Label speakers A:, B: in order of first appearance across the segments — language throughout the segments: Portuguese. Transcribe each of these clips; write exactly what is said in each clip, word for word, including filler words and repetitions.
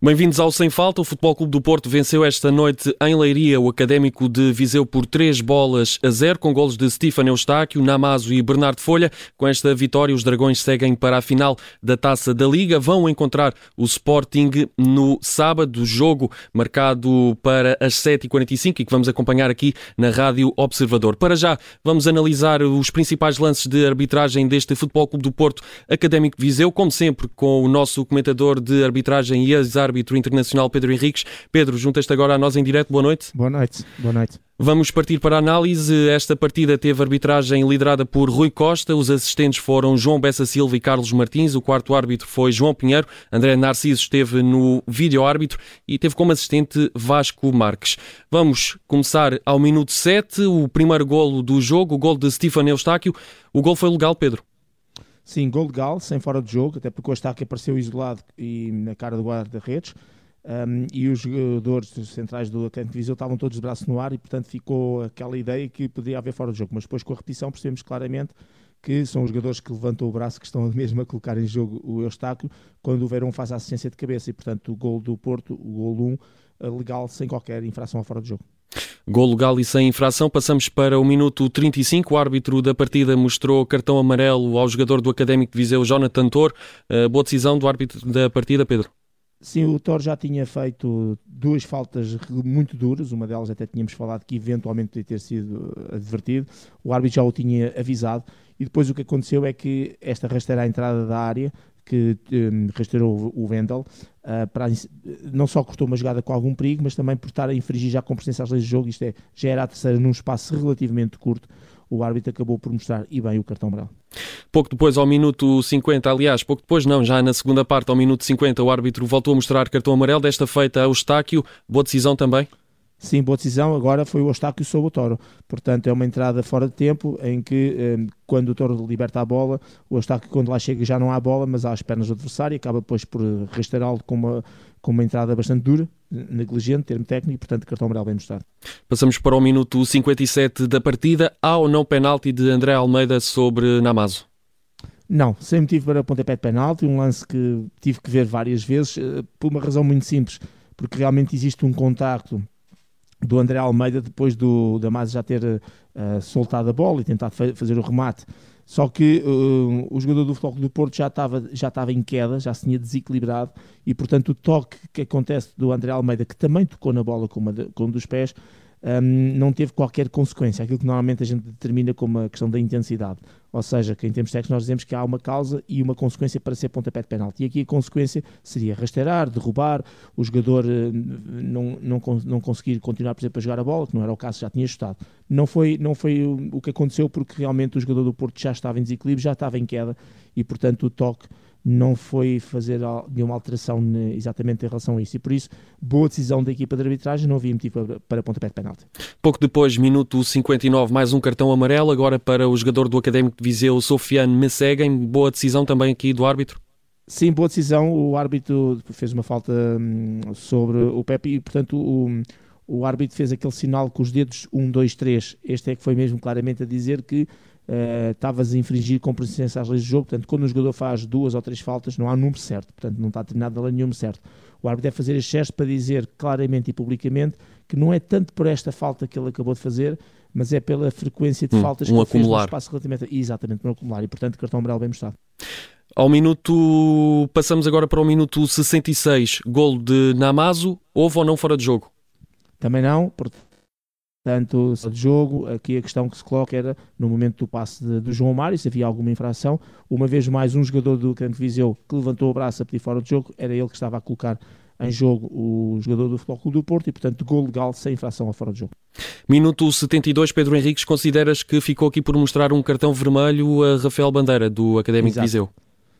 A: Bem-vindos ao Sem Falta. O Futebol Clube do Porto venceu esta noite em Leiria o Académico de Viseu por três bolas a zero, com golos de Stefano Eustáquio, Namazo e Bernardo Folha. Com esta vitória, os Dragões seguem para a final da Taça da Liga. Vão encontrar o Sporting no sábado, jogo marcado para as sete e quarenta e cinco e que vamos acompanhar aqui na Rádio Observador. Para já, vamos analisar os principais lances de arbitragem deste Futebol Clube do Porto Académico de Viseu, como sempre com o nosso comentador de arbitragem e ex-árbitro internacional Pedro Henriques. Pedro, juntas-te agora a nós em direto. Boa noite.
B: Boa noite. Boa noite.
A: Vamos partir para a análise. Esta partida teve arbitragem liderada por Rui Costa. Os assistentes foram João Bessa Silva e Carlos Martins. O quarto árbitro foi João Pinheiro. André Narciso esteve no vídeo-árbitro e teve como assistente Vasco Marques. Vamos começar ao minuto sete. O primeiro golo do jogo, o golo de Stefano Eustáquio. O golo foi legal, Pedro?
B: Sim, gol legal, sem fora de jogo, até porque o Eustáquio apareceu isolado e na cara do guarda-redes, um, e os jogadores centrais do Académico de Viseu estavam todos de braço no ar e, portanto, ficou aquela ideia que podia haver fora de jogo. Mas depois, com a repetição, percebemos claramente que são os jogadores que levantam o braço que estão mesmo a colocar em jogo o Eustáquio quando o Verón faz a assistência de cabeça. E, portanto, o gol do Porto, o gol um, legal, sem qualquer infração a fora de jogo.
A: Gol legal e sem infração. Passamos para o minuto trinta e cinco. O árbitro da partida mostrou cartão amarelo ao jogador do Académico de Viseu, Jonathan Toro. Uh, boa decisão do árbitro da partida, Pedro?
B: Sim, o Toro já tinha feito duas faltas muito duras. Uma delas até tínhamos falado que eventualmente podia ter sido advertido. O árbitro já o tinha avisado. E depois o que aconteceu é que esta rasteira à entrada da área, que um, rasteirou o Wendel, uh, para, não só cortou uma jogada com algum perigo, mas também por estar a infringir já com presença às leis de jogo. Isto é, já era a terceira num espaço relativamente curto. O árbitro acabou por mostrar, e bem, o cartão amarelo.
A: Pouco depois, ao minuto cinquenta, aliás, pouco depois não, já na segunda parte, ao minuto cinquenta, o árbitro voltou a mostrar cartão amarelo, desta feita a Eustáquio. Boa decisão também?
B: Sim, boa decisão. Agora foi o Eustáquio sobre o Toro. Portanto, é uma entrada fora de tempo em que, eh, quando o Toro liberta a bola, o Eustáquio, quando lá chega, já não há bola, mas há as pernas do adversário e acaba depois por rasteirá-lo com uma, com uma entrada bastante dura, negligente, termo técnico, e, portanto, cartão amarelo bem mostrado.
A: Passamos para o minuto cinquenta e sete da partida. Há ou não penalti de André Almeida sobre Namazo?
B: Não, sem motivo para pontapé de penalti. Um lance que tive que ver várias vezes, eh, por uma razão muito simples, porque realmente existe um contacto do André Almeida depois do Namazo já ter uh, soltado a bola e tentado fa- fazer o remate, só que uh, o jogador do Futebol Clube do Porto já estava já estava em queda, já se tinha desequilibrado e, portanto, o toque que acontece do André Almeida, que também tocou na bola com, uma de, com um dos pés, um, não teve qualquer consequência, aquilo que normalmente a gente determina como a questão da intensidade, ou seja, que em termos técnicos nós dizemos que há uma causa e uma consequência para ser pontapé de penalti, e aqui a consequência seria rasteirar, derrubar, o jogador uh, não, não, não conseguir continuar, por exemplo, a jogar a bola, que não era o caso, já tinha ajustado. Não foi, não foi o, o que aconteceu, porque realmente o jogador do Porto já estava em desequilíbrio, já estava em queda e, portanto, o toque não foi fazer nenhuma alteração exatamente em relação a isso. E por isso, boa decisão da equipa de arbitragem, não havia motivo para, para pontapé de penalti.
A: Pouco depois, minuto cinquenta e nove, mais um cartão amarelo, agora para o jogador do Académico de Viseu, Sofiane Messegem. Boa decisão também aqui do árbitro?
B: Sim, boa decisão. O árbitro fez uma falta hum, sobre o Pepe e, portanto, o, o árbitro fez aquele sinal com os dedos um, dois, três. Este é que foi mesmo claramente a dizer que estavas uh, a infringir com presença às leis de jogo. Portanto, quando o jogador faz duas ou três faltas, não há número certo, portanto não está treinado a nenhum certo. O árbitro deve fazer este gesto para dizer claramente e publicamente que não é tanto por esta falta que ele acabou de fazer, mas é pela frequência de
A: hum,
B: faltas
A: um
B: que ele
A: acumular.
B: fez no espaço relativamente... Exatamente, um acumular, e portanto cartão amarelo bem mostrado.
A: Ao minuto... Passamos agora para o minuto sessenta e seis, golo de Namazo. Houve ou não fora de jogo?
B: Também não, portanto... Portanto, de jogo, aqui a questão que se coloca era no momento do passe de, do João Mário, se havia alguma infração. Uma vez mais, um jogador do Académico de Viseu que levantou o braço a pedir fora de jogo, era ele que estava a colocar em jogo o jogador do Futebol Clube do Porto e, portanto, gol legal sem infração a fora de jogo.
A: Minuto setenta e dois, Pedro Henriques, consideras que ficou aqui por mostrar um cartão vermelho a Rafael Bandeira, do Académico
B: Exato.
A: de Viseu?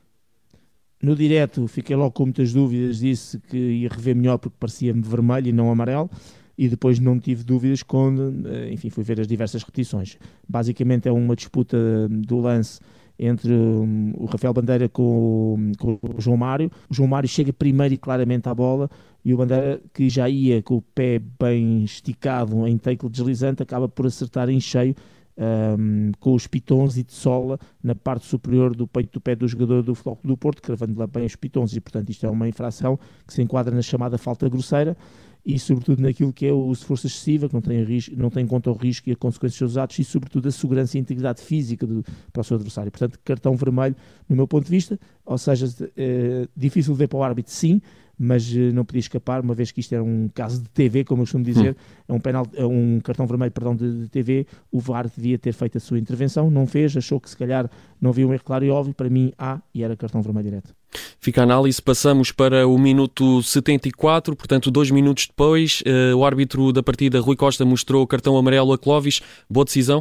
B: No direto, fiquei logo com muitas dúvidas, disse que ia rever melhor porque parecia-me vermelho e não amarelo. E depois não tive dúvidas quando, enfim, fui ver as diversas repetições. Basicamente é uma disputa do lance entre um, o Rafael Bandeira com, com o João Mário. O João Mário chega primeiro e claramente à bola e o Bandeira, que já ia com o pé bem esticado em tackle deslizante, acaba por acertar em cheio um, com os pitons e de sola na parte superior do peito do pé do jogador do Futebol Clube do Porto, cravando lá bem os pitons, e portanto isto é uma infração que se enquadra na chamada falta grosseira e sobretudo naquilo que é o uso de força excessiva, que não tem, risco, não tem em conta o risco e a consequência dos atos, e sobretudo a segurança e a integridade física do, para o seu adversário. Portanto, cartão vermelho, no meu ponto de vista, ou seja, é difícil de ver para o árbitro, sim, mas não podia escapar, uma vez que isto era um caso de T V, como eu costumo dizer, hum. é, um penal, é um cartão vermelho perdão, de, de T V, o V A R devia ter feito a sua intervenção, não fez, achou que se calhar não havia um erro claro e óbvio, para mim há, e era cartão vermelho direto.
A: Fica a análise, passamos para o minuto setenta e quatro, portanto dois minutos depois, uh, o árbitro da partida, Rui Costa, mostrou o cartão amarelo a Clovis. Boa decisão?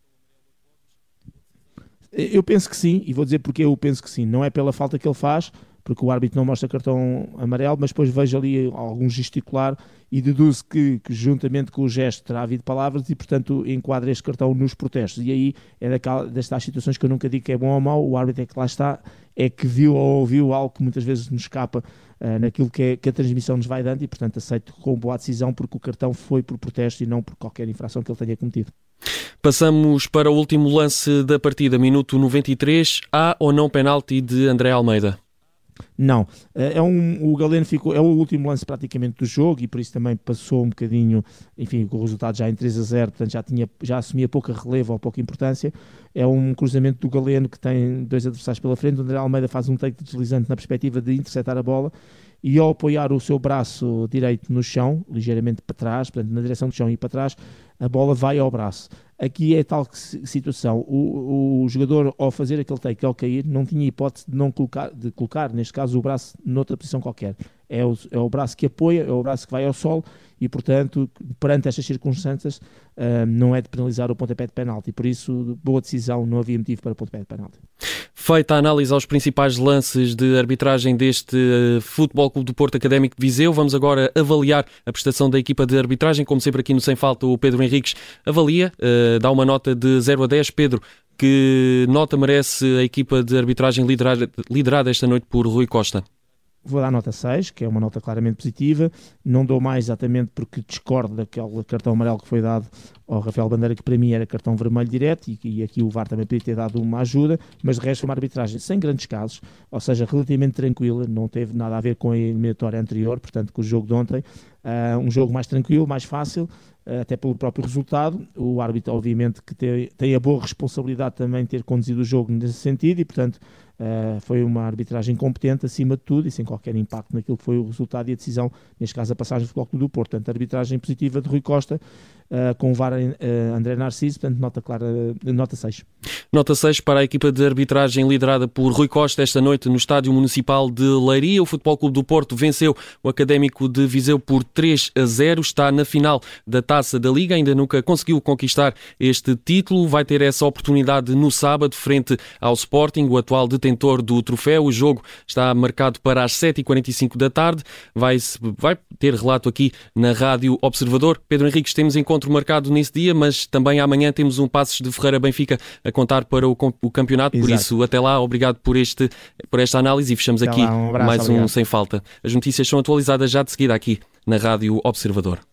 B: Eu penso que sim, e vou dizer porque eu penso que sim, não é pela falta que ele faz, porque o árbitro não mostra cartão amarelo, mas depois vejo ali algum gesticular e deduzo que, que juntamente com o gesto terá havido palavras e, portanto, enquadra este cartão nos protestos. E aí é daquela, destas situações que eu nunca digo que é bom ou mau, o árbitro é que lá está, é que viu ou ouviu algo que muitas vezes nos escapa uh, naquilo que, é, que a transmissão nos vai dando e, portanto, aceito com boa decisão porque o cartão foi por protesto e não por qualquer infração que ele tenha cometido.
A: Passamos para o último lance da partida, minuto noventa e três, há ou não penalti de André Almeida?
B: Não, é um, o Galeno ficou, é o último lance praticamente do jogo e por isso também passou um bocadinho, enfim, com o resultado já em três a zero, portanto já, tinha, já assumia pouca relevo ou pouca importância. É um cruzamento do Galeno que tem dois adversários pela frente, o André Almeida faz um take deslizante na perspectiva de interceptar a bola e ao apoiar o seu braço direito no chão, ligeiramente para trás, portanto na direção do chão e para trás, a bola vai ao braço. Aqui é tal situação, o, o jogador ao fazer aquele take, ao cair, não tinha hipótese de, não colocar, de colocar, neste caso, o braço noutra posição qualquer. É o, é o braço que apoia, é o braço que vai ao solo e, portanto, perante estas circunstâncias, uh, não é de penalizar o pontapé de penalti. Por isso, boa decisão, não havia motivo para o pontapé de penalti.
A: Feita a análise aos principais lances de arbitragem deste uh, Futebol Clube do Porto Académico de Viseu, vamos agora avaliar a prestação da equipa de arbitragem. Como sempre aqui no Sem Falta, o Pedro Henriques avalia, uh, dá uma nota de zero a dez. Pedro, que nota merece a equipa de arbitragem liderada, liderada esta noite por Rui Costa?
B: Vou dar nota seis, que é uma nota claramente positiva. Não dou mais exatamente porque discordo daquele cartão amarelo que foi dado ao Rafael Bandeira, que para mim era cartão vermelho direto, e, e aqui o V A R também podia ter dado uma ajuda, mas de resto foi uma arbitragem sem grandes casos, ou seja, relativamente tranquila, não teve nada a ver com a eliminatória anterior, portanto com o jogo de ontem, uh, um jogo mais tranquilo, mais fácil, uh, até pelo próprio resultado. O árbitro obviamente que tem, tem a boa responsabilidade também de ter conduzido o jogo nesse sentido e portanto Uh, foi uma arbitragem competente acima de tudo e sem qualquer impacto naquilo que foi o resultado e a decisão, neste caso a passagem do Futebol Clube do Porto. Portanto, arbitragem positiva de Rui Costa, uh, com o V A R uh, André Narciso, portanto nota clara, uh, nota seis.
A: Nota seis para a equipa de arbitragem liderada por Rui Costa esta noite no Estádio Municipal de Leiria. O Futebol Clube do Porto venceu o Académico de Viseu por três a zero, está na final da Taça da Liga, ainda nunca conseguiu conquistar este título, vai ter essa oportunidade no sábado frente ao Sporting, o atual detentor do troféu. O jogo está marcado para as sete e quarenta e cinco da tarde. Vai, vai ter relato aqui na Rádio Observador. Pedro Henriques, temos encontro marcado nesse dia, mas também amanhã temos um Passos de Ferreira Benfica a contar para o, o campeonato. Exato. Por isso, até lá, obrigado por, este, por esta análise e fechamos até aqui lá, um abraço, mais obrigado. Um Sem Falta. As notícias são atualizadas já de seguida aqui na Rádio Observador.